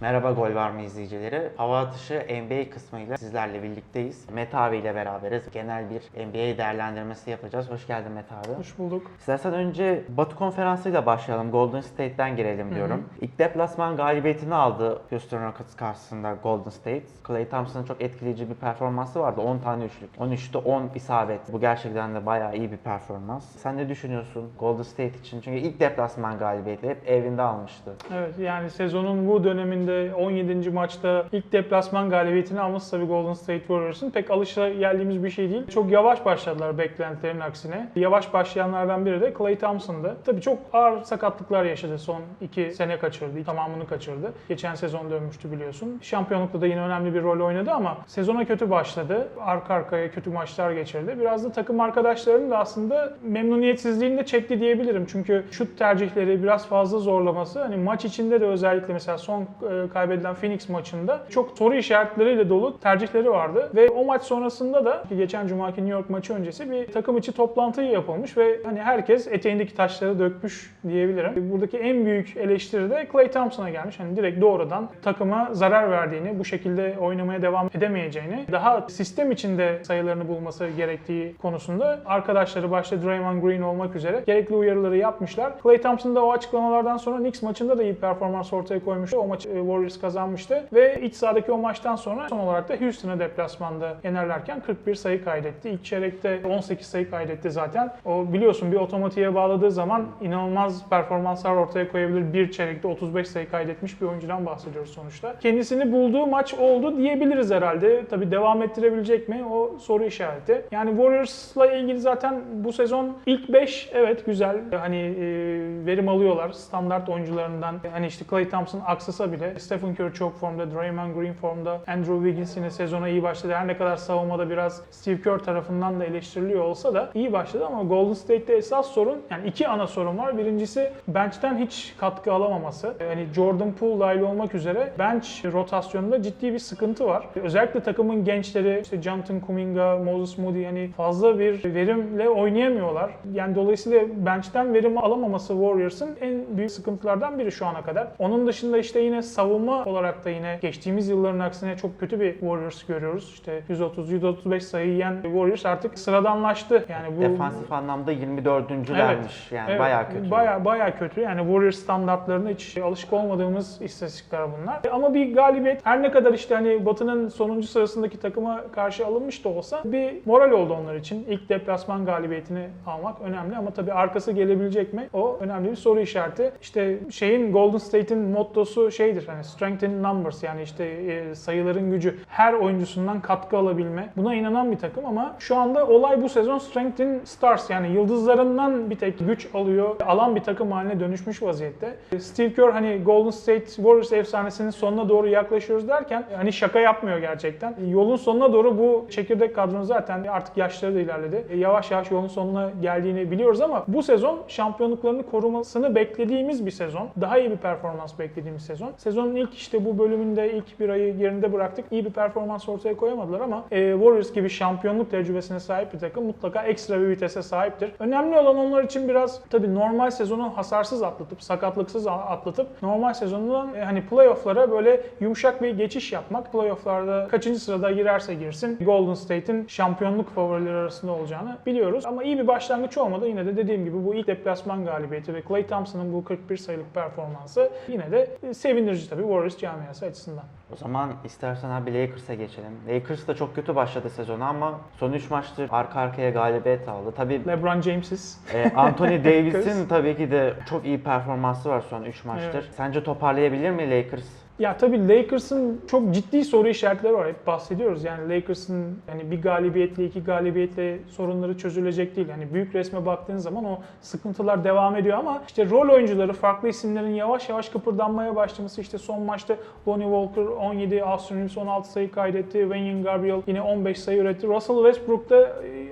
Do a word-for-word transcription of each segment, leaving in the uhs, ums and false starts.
Merhaba Gol Var mı izleyicileri? Hava atışı N B A kısmıyla sizlerle birlikteyiz. Mete abiyle beraberiz. Genel bir N B A değerlendirmesi yapacağız. Hoş geldin Mete abi. Hoş bulduk. İstersen önce Batı konferansıyla başlayalım. Golden State'den girelim diyorum. Hı hı. İlk deplasman galibiyetini aldı Houston Rockets karşısında Golden State. Klay Thompson'ın çok etkileyici bir performansı vardı. on tane üçlük. on üçte on isabet. Bu gerçekten de bayağı iyi bir performans. Sen ne düşünüyorsun Golden State için? Çünkü ilk deplasman galibiyeti hep evinde almıştı. Evet, yani sezonun bu döneminde on yedinci maçta ilk deplasman galibiyetini alması tabii Golden State Warriors'ın pek alışageldiğimiz bir şey değil. Çok yavaş başladılar beklentilerin aksine. Yavaş başlayanlardan biri de Klay Thompson'dı. Tabii çok ağır sakatlıklar yaşadı. Son iki sene kaçırdı. Tamamını kaçırdı. Geçen sezon dönmüştü biliyorsun. Şampiyonlukta da yine önemli bir rol oynadı ama sezona kötü başladı. Arka arkaya kötü maçlar geçirdi. Biraz da takım arkadaşlarının da aslında memnuniyetsizliğini de çekti diyebilirim. Çünkü şut tercihleri biraz fazla zorlaması. Hani maç içinde de özellikle mesela son kaybedilen Phoenix maçında çok soru işaretleriyle dolu tercihleri vardı. Ve o maç sonrasında da geçen Cuma'ki New York maçı öncesi bir takım içi toplantı yapılmış ve hani herkes eteğindeki taşları dökmüş diyebilirim. Buradaki en büyük eleştiri de Klay Thompson'a gelmiş. Hani direkt doğrudan takıma zarar verdiğini, bu şekilde oynamaya devam edemeyeceğini, daha sistem içinde sayılarını bulması gerektiği konusunda arkadaşları başta Draymond Green olmak üzere gerekli uyarıları yapmışlar. Klay Thompson da o açıklamalardan sonra Knicks maçında da iyi performans ortaya koymuştu. O maç Warriors kazanmıştı ve iç sahadaki o maçtan sonra son olarak da Houston'ı deplasmanda yenerlerken kırk bir sayı kaydetti. İlk çeyrekte on sekiz sayı kaydetti zaten. O biliyorsun bir otomatiğe bağladığı zaman inanılmaz performanslar ortaya koyabilir. Bir çeyrekte otuz beş sayı kaydetmiş bir oyuncudan bahsediyoruz sonuçta. Kendisini bulduğu maç oldu diyebiliriz herhalde. Tabii devam ettirebilecek mi? O soru işareti. Yani Warriors'la ilgili zaten bu sezon ilk beş evet güzel. Hani e, verim alıyorlar standart oyuncularından. Hani işte Klay Thompson aksasa bile Stephen Curry çok formda, Draymond Green formda, Andrew Wiggins yine sezona iyi başladı. Her ne kadar savunmada biraz Steve Kerr tarafından da eleştiriliyor olsa da iyi başladı ama Golden State'te esas sorun, yani iki ana sorun var. Birincisi bench'ten hiç katkı alamaması. Yani Jordan Poole dahil olmak üzere bench rotasyonunda ciddi bir sıkıntı var. Özellikle takımın gençleri, işte Jonathan Kuminga, Moses Moody yani fazla bir verimle oynayamıyorlar. Yani dolayısıyla bench'ten verim alamaması Warriors'ın en büyük sıkıntılardan biri şu ana kadar. Onun dışında işte yine savunma olarak da yine geçtiğimiz yılların aksine çok kötü bir Warriors görüyoruz. İşte yüz otuz yüz otuz beş sayı yiyen Warriors artık sıradanlaştı. Yani bu defansif anlamda yirmi dördüncülermiş. Evet, yani evet, bayağı kötü. Bayağı bayağı kötü. Yani Warriors standartlarına hiç alışık olmadığımız istatistikler bunlar. Ama bir galibiyet her ne kadar işte hani Batı'nın sonuncu sırasındaki takıma karşı alınmış da olsa bir moral oldu onlar için. İlk deplasman galibiyetini almak önemli ama tabii arkası gelebilecek mi? O önemli bir soru işareti. İşte şeyin Golden State'in mottosu şeydir hani strength in numbers, yani işte e, sayıların gücü. Her oyuncusundan katkı alabilme. Buna inanan bir takım ama şu anda olay bu sezon strength in stars, yani yıldızlarından bir tek güç alıyor. Alan bir takım haline dönüşmüş vaziyette. Steve Kerr hani Golden State Warriors efsanesinin sonuna doğru yaklaşıyoruz derken hani şaka yapmıyor gerçekten. Yolun sonuna doğru bu çekirdek kadronun zaten artık yaşları da ilerledi. Yavaş yavaş yolun sonuna geldiğini biliyoruz ama bu sezon şampiyonluklarını korumasını beklediğimiz bir sezon. Daha iyi bir performans beklediğimiz sezon. Sezonun ilk işte bu bölümünde ilk bir ayı geride bıraktık. İyi bir performans ortaya koyamadılar ama e, Warriors gibi şampiyonluk tecrübesine sahip bir takım mutlaka ekstra bir vitese sahiptir. Önemli olan onlar için biraz tabii normal sezonu hasarsız atlatıp, sakatlıksız atlatıp normal sezonundan e, hani playoff'lara böyle yumuşak bir geçiş yapmak. Playoff'larda kaçıncı sırada girerse girsin Golden State'in şampiyonluk favorileri arasında olacağını biliyoruz. Ama iyi bir başlangıç olmadı. Yine de dediğim gibi bu ilk deplasman galibiyeti ve Klay Thompson'ın bu kırk bir sayılık performansı yine de sevindirici tabii Warriors camiası açısından. O zaman istersen abi Lakers'a geçelim. Lakers da çok kötü başladı sezona ama son üç maçtır arka arkaya galibiyet aldı. Tabii LeBron James'iz. E, Anthony Davis'in tabii ki de çok iyi performansı var son üç maçtır. Evet. Sence toparlayabilir mi Lakers? Ya tabii Lakers'ın çok ciddi soru işaretleri var. Hep bahsediyoruz. Yani Lakers'ın hani bir galibiyetle, iki galibiyetle sorunları çözülecek değil. Yani büyük resme baktığın zaman o sıkıntılar devam ediyor ama işte rol oyuncuları, farklı isimlerin yavaş yavaş kıpırdanmaya başlaması, işte son maçta Lonnie Walker on yedi, Austin Reeves on altı sayı kaydetti, Wenyen Gabriel yine on beş sayı üretti. Russell Westbrook da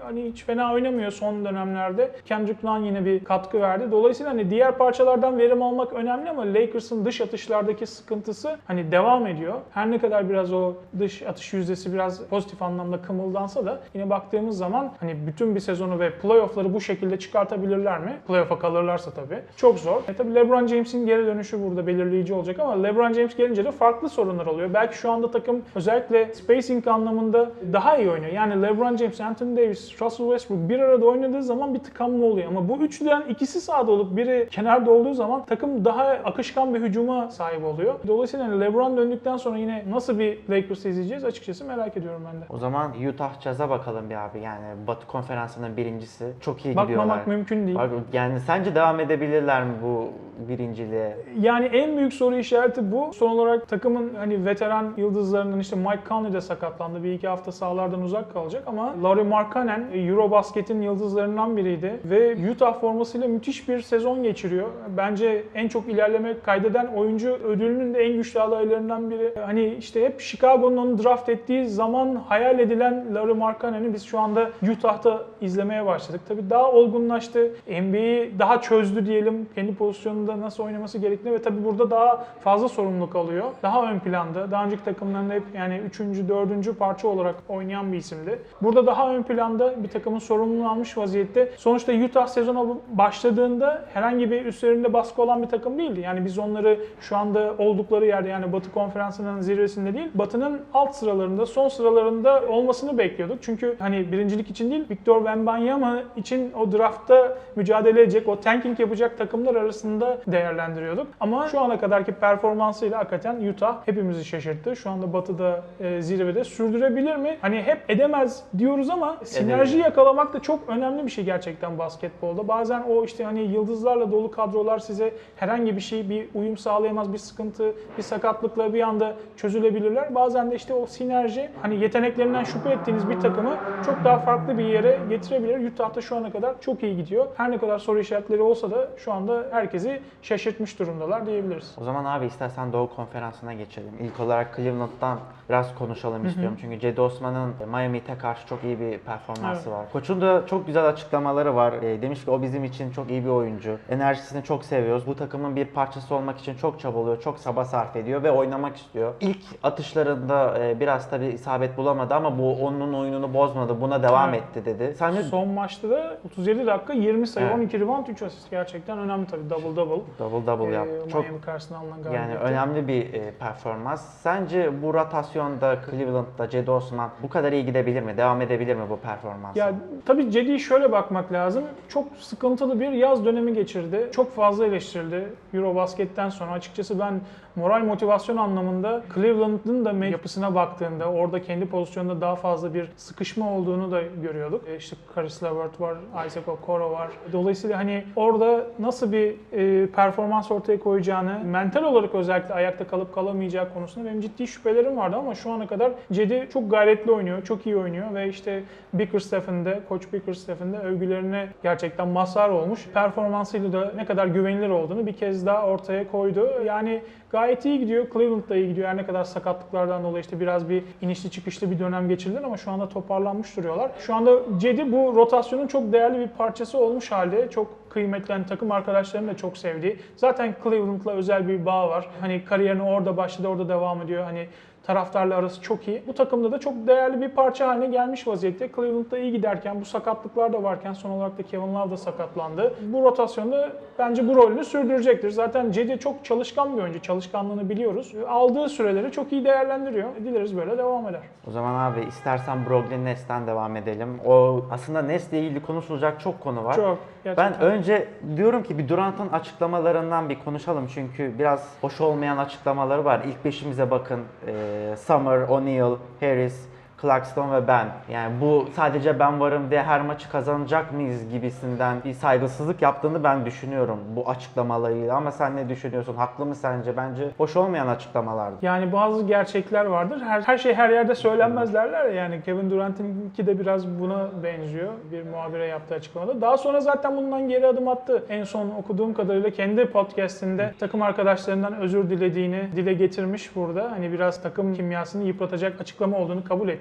hani hiç fena oynamıyor son dönemlerde. Kendrick Nunn yine bir katkı verdi. Dolayısıyla hani diğer parçalardan verim almak önemli ama Lakers'ın dış atışlardaki sıkıntısı hani devam ediyor. Her ne kadar biraz o dış atış yüzdesi biraz pozitif anlamda kımıldansa da yine baktığımız zaman hani bütün bir sezonu ve playoff'ları bu şekilde çıkartabilirler mi? Playoff'a kalırlarsa tabii. Çok zor. E tabii LeBron James'in geri dönüşü burada belirleyici olacak ama LeBron James gelince de farklı sorunlar oluyor. Belki şu anda takım özellikle spacing anlamında daha iyi oynuyor. Yani LeBron James, Anthony Davis, Russell Westbrook bir arada oynadığı zaman bir tıkanma oluyor. Ama bu üçlüden ikisi sahada olup biri kenarda olduğu zaman takım daha akışkan bir hücuma sahip oluyor. Dolayısıyla hani LeBron döndükten sonra yine nasıl bir Lakers izleyeceğiz açıkçası merak ediyorum ben de. O zaman Utah Jazz'a bakalım bir abi. Yani Batı Konferansı'nın birincisi. Çok iyi gidiyorlar. Bakmamak mümkün değil. Bak, yani sence devam edebilirler mi bu birinciliğe? Yani en büyük soru işareti bu. Son olarak takımın hani veteran yıldızlarının işte Mike Conley de sakatlandı. Bir iki hafta sahalardan uzak kalacak ama Lauri Markkanen Eurobasket'in yıldızlarından biriydi ve Utah formasıyla müthiş bir sezon geçiriyor. Bence en çok ilerleme kaydeden oyuncu ödülünün de en güçlü adaylarından biri. Hani işte hep Chicago'nun onu draft ettiği zaman hayal edilen Lauri Markkanen'i biz şu anda Utah'ta izlemeye başladık. Tabii daha olgunlaştı. N B A'yi daha çözdü diyelim. Kendi pozisyonunda nasıl oynaması gerektiğini ve tabii burada daha fazla sorumluluk alıyor. Daha ön planda. Daha önceki takımlarında hep yani üçüncü, dördüncü parça olarak oynayan bir isimdi. Burada daha ön planda bir takımın sorumluluğunu almış vaziyette. Sonuçta Utah sezona başladığında herhangi bir üstlerinde baskı olan bir takım değildi. Yani biz onları şu anda oldukları yerde yani Batı Konferansı'nın zirvesinde değil, Batı'nın alt sıralarında, son sıralarında olmasını bekliyorduk. Çünkü hani birincilik için değil, Victor Wembanyama için o draftta mücadele edecek, o tanking yapacak takımlar arasında değerlendiriyorduk. Ama şu ana kadarki performansıyla hakikaten Utah hepimizi şaşırttı. Şu anda Batı'da e, zirvede sürdürebilir mi? Hani hep edemez diyoruz ama sinerji yakalamak da çok önemli bir şey gerçekten basketbolda. Bazen o işte hani yıldızlarla dolu kadrolar size herhangi bir şey, bir uyum sağlayamaz, bir sıkıntı, bir sakatlıkla bir anda çözülebilirler. Bazen de işte o sinerji hani yeteneklerinden şüphe ettiğiniz bir takımı çok daha farklı bir yere getirebilir. Utah'ta şu ana kadar çok iyi gidiyor. Her ne kadar soru işaretleri olsa da şu anda herkesi şaşırtmış durumdalar diyebiliriz. O zaman abi istersen Doğu Konferansı'na geçelim. İlk olarak Cleveland'dan biraz konuşalım hı hı. istiyorum. Çünkü Cedi Osman'ın Miami Heat'e karşı çok iyi bir performansı evet. var. Koç'un da çok güzel açıklamaları var. E, demiş ki o bizim için çok iyi bir oyuncu. Enerjisini çok seviyoruz. Bu takımın bir parçası olmak için çok çabalıyor, çok çaba sarf ediyor ve oynamak istiyor. İlk atışlarında e, biraz tabii isabet bulamadı ama bu onun oyununu bozmadı. Buna devam evet. etti dedi. Sen Son maçta da otuz yedi dakika yirmi sayı, evet. on iki rebound, üç asist. Gerçekten önemli tabii. Double double. Double double ee, yaptı. Çok Miami karşısında alınan galibiyeti. Yani önemli bir e, performans. Sence bu rotasyonda Cleveland'da Cedi Osman bu kadar iyi gidebilir mi? Devam edebilir mi bu performansı? Ya tabii Cedi'yi şöyle bakmak lazım. Çok sıkıntılı bir yaz dönemi geçirdi. Çok fazla eleştirildi. Eurobasket'ten sonra açıkçası ben moral motivasyon anlamında Cleveland'ın da yapısına baktığında orada kendi pozisyonunda daha fazla bir sıkışma olduğunu da görüyorduk. E işte Caris LeVert var, Isaac Okoro var. Dolayısıyla hani orada nasıl bir e, performans ortaya koyacağını, mental olarak özellikle ayakta kalıp kalamayacağı konusunda benim ciddi şüphelerim vardı ama şu ana kadar Cedi çok gayretli oynuyor, çok iyi oynuyor ve işte Bickerstaff'ın da, Koç Bickerstaff'ın da övgülerine gerçekten mazhar olmuş. Performansıyla da ne kadar güvenilir olduğunu bir kez daha ortaya koydu. Yani gayet iyi gidiyor. Cleveland da iyi gidiyor. Her ne kadar sakatlıklardan dolayı işte biraz bir inişli çıkışlı bir dönem geçirdiler ama şu anda toparlanmış duruyorlar. Şu anda Cedi bu rotasyonun çok değerli bir parçası olmuş halde. Çok kıymetli, yani takım arkadaşlarının da çok sevdiği. Zaten Cleveland'la özel bir bağ var. Hani kariyerini orada başladı, orada devam ediyor. Hani taraftarla arası çok iyi. Bu takımda da çok değerli bir parça haline gelmiş vaziyette. Cleveland'da iyi giderken, bu sakatlıklar da varken son olarak da Kevin Love da sakatlandı. Bu rotasyonda bence bu rolünü sürdürecektir. Zaten Cedi çok çalışkan bir oyuncu. Çalışkanlığını biliyoruz. Aldığı süreleri çok iyi değerlendiriyor. Dileriz böyle devam eder. O zaman abi istersen Brooklyn Nets'ten devam edelim. O aslında Nets'le ilgili konuşulacak çok konu var. Çok. Gerçekten. Ben önce diyorum ki bir Durant'ın açıklamalarından bir konuşalım. Çünkü biraz hoş olmayan açıklamaları var. İlk beşimize bakın. Ee, Summer, O'Neal, Harris, Clarkson ve ben. Yani bu sadece ben varım diye her maçı kazanacak mıyız gibisinden bir saygısızlık yaptığını ben düşünüyorum bu açıklamalarıyla. Ama sen ne düşünüyorsun? Haklı mı sence? Bence hoş olmayan açıklamalardı. Yani bazı gerçekler vardır. Her, her şey her yerde söylenmez derler ya. Yani Kevin Durant'inki de biraz buna benziyor. Bir muhabire yaptığı açıklamada. Daha sonra zaten bundan geri adım attı. En son okuduğum kadarıyla kendi podcast'inde takım arkadaşlarından özür dilediğini dile getirmiş burada. Hani biraz takım kimyasını yıpratacak açıklama olduğunu kabul etti.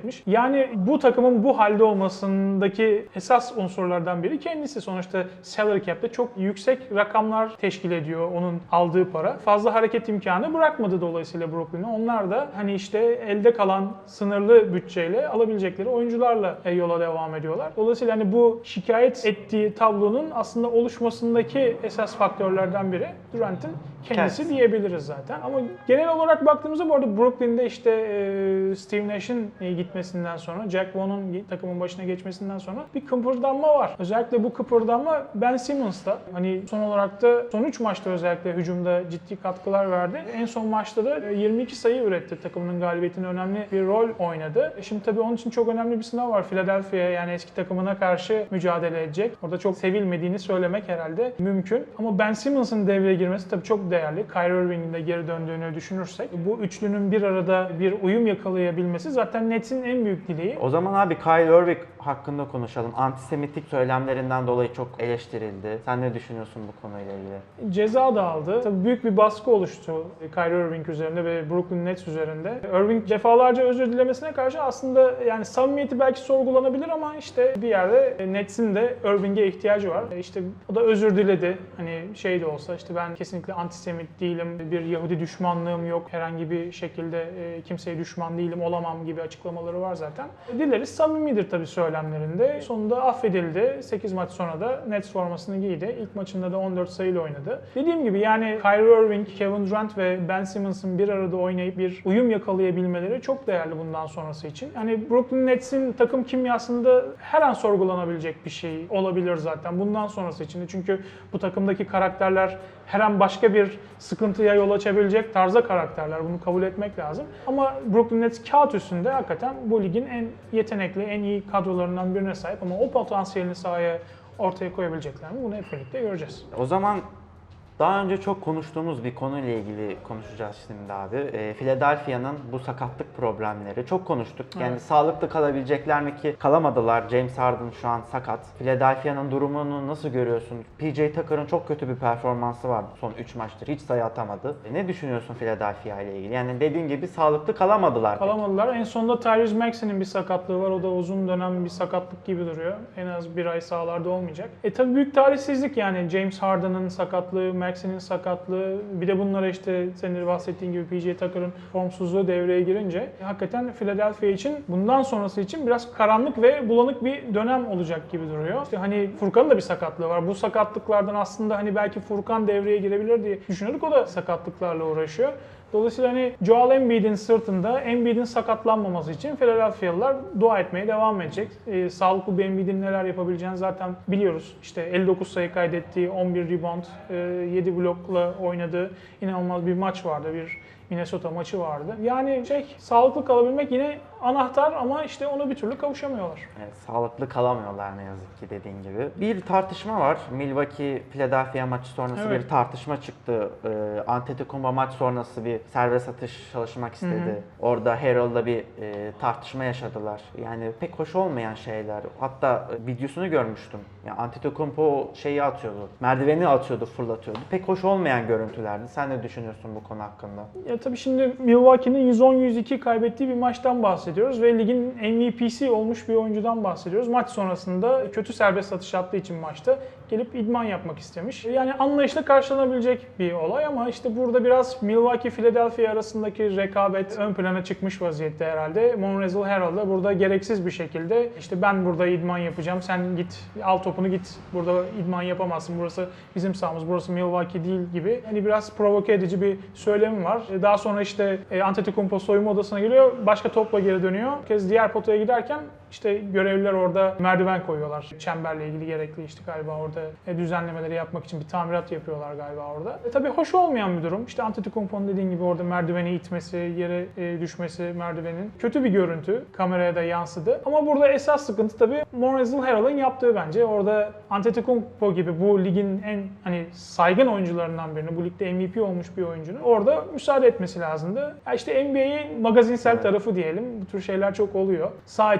etmiş. Yani bu takımın bu halde olmasındaki esas unsurlardan biri kendisi. Sonuçta salary cap'te çok yüksek rakamlar teşkil ediyor onun aldığı para. Fazla hareket imkanı bırakmadı dolayısıyla Brooklyn'e. Onlar da hani işte elde kalan sınırlı bütçeyle alabilecekleri oyuncularla yola devam ediyorlar. Dolayısıyla hani bu şikayet ettiği tablonun aslında oluşmasındaki esas faktörlerden biri Durant'in kendisi Kendisi. diyebiliriz zaten. Ama genel olarak baktığımızda bu arada Brooklyn'de işte e, Steve Nash'in e, gitmesinden sonra, Jack Vaughn'un takımın başına geçmesinden sonra bir kıpırdanma var. Özellikle bu kıpırdanma Ben Simmons'ta. Hani son olarak da son üç maçta özellikle hücumda ciddi katkılar verdi. En son maçta da yirmi iki sayı üretti. Takımının galibiyetine önemli bir rol oynadı. E şimdi tabii onun için çok önemli bir sınav var. Philadelphia'ya yani eski takımına karşı mücadele edecek. Orada çok sevilmediğini söylemek herhalde mümkün. Ama Ben Simmons'ın devreye girmesi tabii çok değerli. Kyrie Irving'in de geri döndüğünü düşünürsek bu üçlünün bir arada bir uyum yakalayabilmesi zaten Nets'in en büyük dileği. O zaman abi Kyrie Irving hakkında konuşalım. Antisemitik söylemlerinden dolayı çok eleştirildi. Sen ne düşünüyorsun bu konuyla ilgili? Ceza da aldı. Tabii büyük bir baskı oluştu Kyrie Irving üzerinde ve Brooklyn Nets üzerinde. Irving defalarca özür dilemesine karşı aslında yani samimiyeti belki sorgulanabilir ama işte bir yerde Nets'in de Irving'e ihtiyacı var. İşte o da özür diledi. Hani şey de olsa işte ben kesinlikle antisemit değilim, bir Yahudi düşmanlığım yok, herhangi bir şekilde kimseye düşman değilim, olamam gibi açıklamaları var zaten. Dilleri samimidir tabii söylemlerinde. Sonunda affedildi. sekiz maç sonra da Nets formasını giydi. İlk maçında da on dört sayıyla oynadı. Dediğim gibi yani Kyrie Irving, Kevin Durant ve Ben Simmons'ın bir arada oynayıp bir uyum yakalayabilmeleri çok değerli bundan sonrası için. Yani Brooklyn Nets'in takım kimyasında her an sorgulanabilecek bir şey olabilir zaten bundan sonrası için. Çünkü bu takımdaki karakterler her an başka bir sıkıntıya yol açabilecek tarzda karakterler. Bunu kabul etmek lazım. Ama Brooklyn Nets kağıt üstünde hakikaten bu ligin en yetenekli, en iyi kadrolarından birine sahip ama o potansiyelini sahaya ortaya koyabilecekler mi? Bunu hep birlikte göreceğiz. O zaman daha önce çok konuştuğumuz bir konuyla ilgili konuşacağız şimdi abi. E, Philadelphia'nın bu sakatlık problemleri. Çok konuştuk. Yani Evet. sağlıklı kalabilecekler mi ki kalamadılar. James Harden şu an sakat. Philadelphia'nın durumunu nasıl görüyorsun? P J Tucker'ın çok kötü bir performansı vardı son üç maçtır. Hiç sayı atamadı. E, ne düşünüyorsun Philadelphia ile ilgili? Yani dediğin gibi sağlıklı kalamadılar. Kalamadılar. En sonunda Tyrese Maxey'nin bir sakatlığı var. O da uzun dönem bir sakatlık gibi duruyor. En az bir ay sahalarda olmayacak. E tabii büyük talihsizlik yani James Harden'ın sakatlığı, Maxey'nin sakatlığı, bir de bunlara işte senin bahsettiğin gibi P J Tucker'ın formsuzluğu devreye girince hakikaten Philadelphia için bundan sonrası için biraz karanlık ve bulanık bir dönem olacak gibi duruyor. İşte hani Furkan'ın da bir sakatlığı var. Bu sakatlıklardan aslında hani belki Furkan devreye girebilir diye düşünüyorduk. O da sakatlıklarla uğraşıyor. Dolayısıyla hani Joel Embiid'in sırtında Embiid'in sakatlanmaması için Philadelphia'lılar dua etmeye devam edecek. E, sağlıklı bir Embiid'in neler yapabileceğini zaten biliyoruz. İşte elli dokuz sayı kaydettiği, on bir rebound, e, yedi blokla oynadığı inanılmaz bir maç vardı. Bir Minnesota maçı vardı. Yani şey, sağlıklı kalabilmek yine anahtar ama işte onu bir türlü kavuşamıyorlar. Evet, sağlıklı kalamıyorlar ne yazık ki dediğin gibi. Bir tartışma var. Milwaukee-Philadelphia maçı sonrası Evet. bir tartışma çıktı. Ee, Antetokounmpo maç sonrası bir serbest atış çalışmak istedi. Hı hı. Orada Harrell'la bir e, tartışma yaşadılar. Yani pek hoş olmayan şeyler. Hatta e, videosunu görmüştüm. Yani Antetokounmpo şeyi atıyordu. Merdiveni atıyordu, fırlatıyordu. Pek hoş olmayan görüntülerdi. Sen ne düşünüyorsun bu konu hakkında? Ya tabii şimdi Milwaukee'nin yüz on yüz iki kaybettiği bir maçtan bahsediyoruz ve ligin M V P'si olmuş bir oyuncudan bahsediyoruz. Maç sonrasında kötü serbest atış attığı için maçta gelip idman yapmak istemiş. Yani anlayışla karşılanabilecek bir olay ama işte burada biraz Milwaukee-Philadelphia arasındaki rekabet ön plana çıkmış vaziyette herhalde. Montrezl Harrell da burada gereksiz bir şekilde işte ben burada idman yapacağım, sen git al topunu git, burada idman yapamazsın, burası bizim sahamız, burası Milwaukee değil gibi. Hani biraz provoke edici bir söylemi var. Daha sonra işte Antetokounmpo soyunma odasına geliyor, başka topla geri dönüyor. Bir kez diğer potaya giderken işte görevliler orada merdiven koyuyorlar. Çemberle ilgili gerekli işte galiba orada düzenlemeleri yapmak için bir tamirat yapıyorlar galiba orada. E tabii hoş olmayan bir durum. İşte Antetokounmpo'nun dediğin gibi orada merdiveni itmesi, yere e, düşmesi merdivenin. Kötü bir görüntü. Kameraya da yansıdı. Ama burada esas sıkıntı tabii Montrezl Harrell'ın yaptığı bence. Orada Antetokounmpo gibi bu ligin en hani saygın oyuncularından birini, bu ligde M V P olmuş bir oyuncunun orada müsaade etmesi lazımdı. Ya işte N B A'in magazinsel Evet. tarafı diyelim. Bu tür şeyler çok oluyor. Saha içinde bazı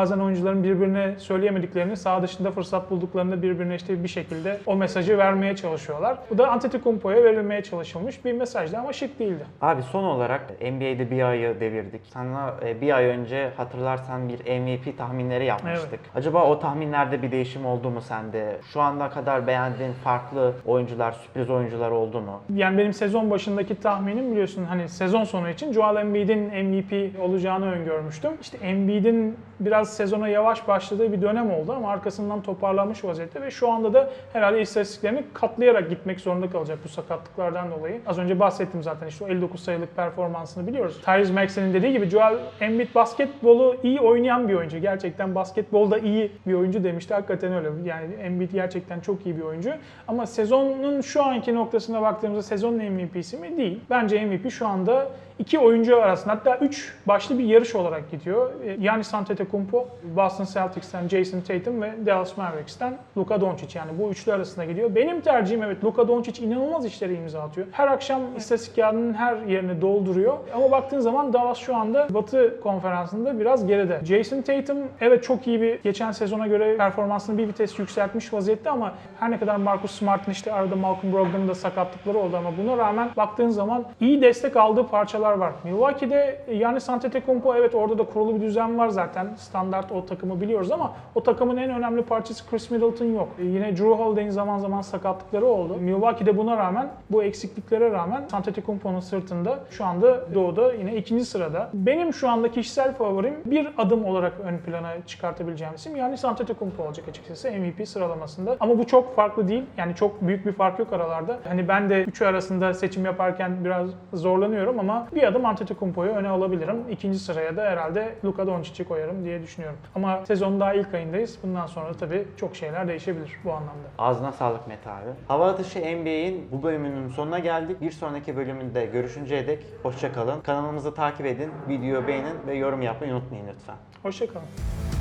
bazen oyuncuların birbirine söyleyemediklerini sağ dışında fırsat bulduklarında birbirine işte bir şekilde o mesajı vermeye çalışıyorlar. Bu da Antetokounmpo'ya verilmeye çalışılmış bir mesajdı ama şık değildi. Abi son olarak N B A'de bir ayı devirdik. Sana e, bir ay önce hatırlarsan bir M V P tahminleri yapmıştık. Evet. Acaba o tahminlerde bir değişim oldu mu sende? Şu ana kadar beğendiğin farklı oyuncular, sürpriz oyuncular oldu mu? Yani benim sezon başındaki tahminim biliyorsun hani sezon sonu için Joel Embiid'in M V P olacağını öngörmüştüm. İşte Embiid'in biraz sezona yavaş başladığı bir dönem oldu ama arkasından toparlanmış vaziyette ve şu anda da herhalde istatistiklerini katlayarak gitmek zorunda kalacak bu sakatlıklardan dolayı. Az önce bahsettim zaten işte o elli dokuz sayılık performansını biliyoruz. Tyrese Maxey'nin dediği gibi Joel Embiid basketbolu iyi oynayan bir oyuncu. Gerçekten basketbolda iyi bir oyuncu demişti. Hakikaten öyle. Yani Embiid gerçekten çok iyi bir oyuncu. Ama sezonun şu anki noktasına baktığımızda sezonun M V P'si mi? Değil. Bence M V P şu anda iki oyuncu arasında hatta üç başlı bir yarış olarak gidiyor. Giannis Antetokounmpo, Boston Celtics'ten Jason Tatum ve Dallas Mavericks'ten Luka Doncic. Yani bu üçlü arasında gidiyor. Benim tercihim evet Luka Doncic inanılmaz işlere imza atıyor. Her akşam istatistik kağıdının her yerini dolduruyor. Ama baktığın zaman Dallas şu anda Batı konferansında biraz geride. Jason Tatum evet çok iyi bir geçen sezona göre performansını bir vites yükseltmiş vaziyette ama her ne kadar Marcus Smart'ın işte arada Malcolm Brogdon'un da sakatlıkları oldu ama buna rağmen baktığın zaman iyi destek aldığı parçalar var. Milwaukee'de Giannis Antetokounmpo evet orada da kurulu bir düzen var zaten. Standart o takımı biliyoruz ama o takımın en önemli parçası Chris Middleton yok. Yine Drew Holiday'in zaman zaman sakatlıkları oldu. Milwaukee'de buna rağmen bu eksikliklere rağmen Antetokounmpo'nun sırtında şu anda Doğu'da yine ikinci sırada. Benim şu anda kişisel favorim bir adım olarak ön plana çıkartabileceğim isim Giannis Antetokounmpo olacak açıkçası M V P sıralamasında. Ama bu çok farklı değil. Yani çok büyük bir fark yok aralarda. Hani ben de üçü arasında seçim yaparken biraz zorlanıyorum ama bir adım Antetokounmpo'yu öne alabilirim. İkinci sıraya da herhalde Luka Doncic'i koyarım diye düşünüyorum. Ama sezonun daha ilk ayındayız. Bundan sonra tabii çok şeyler değişebilir bu anlamda. Ağzına sağlık Mete abi. Hava Atışı N B A'in bu bölümünün sonuna geldik. Bir sonraki bölümünde görüşünceye dek hoşça kalın. Kanalımızı takip edin, videoyu beğenin ve yorum yapmayı unutmayın lütfen. Hoşça kalın.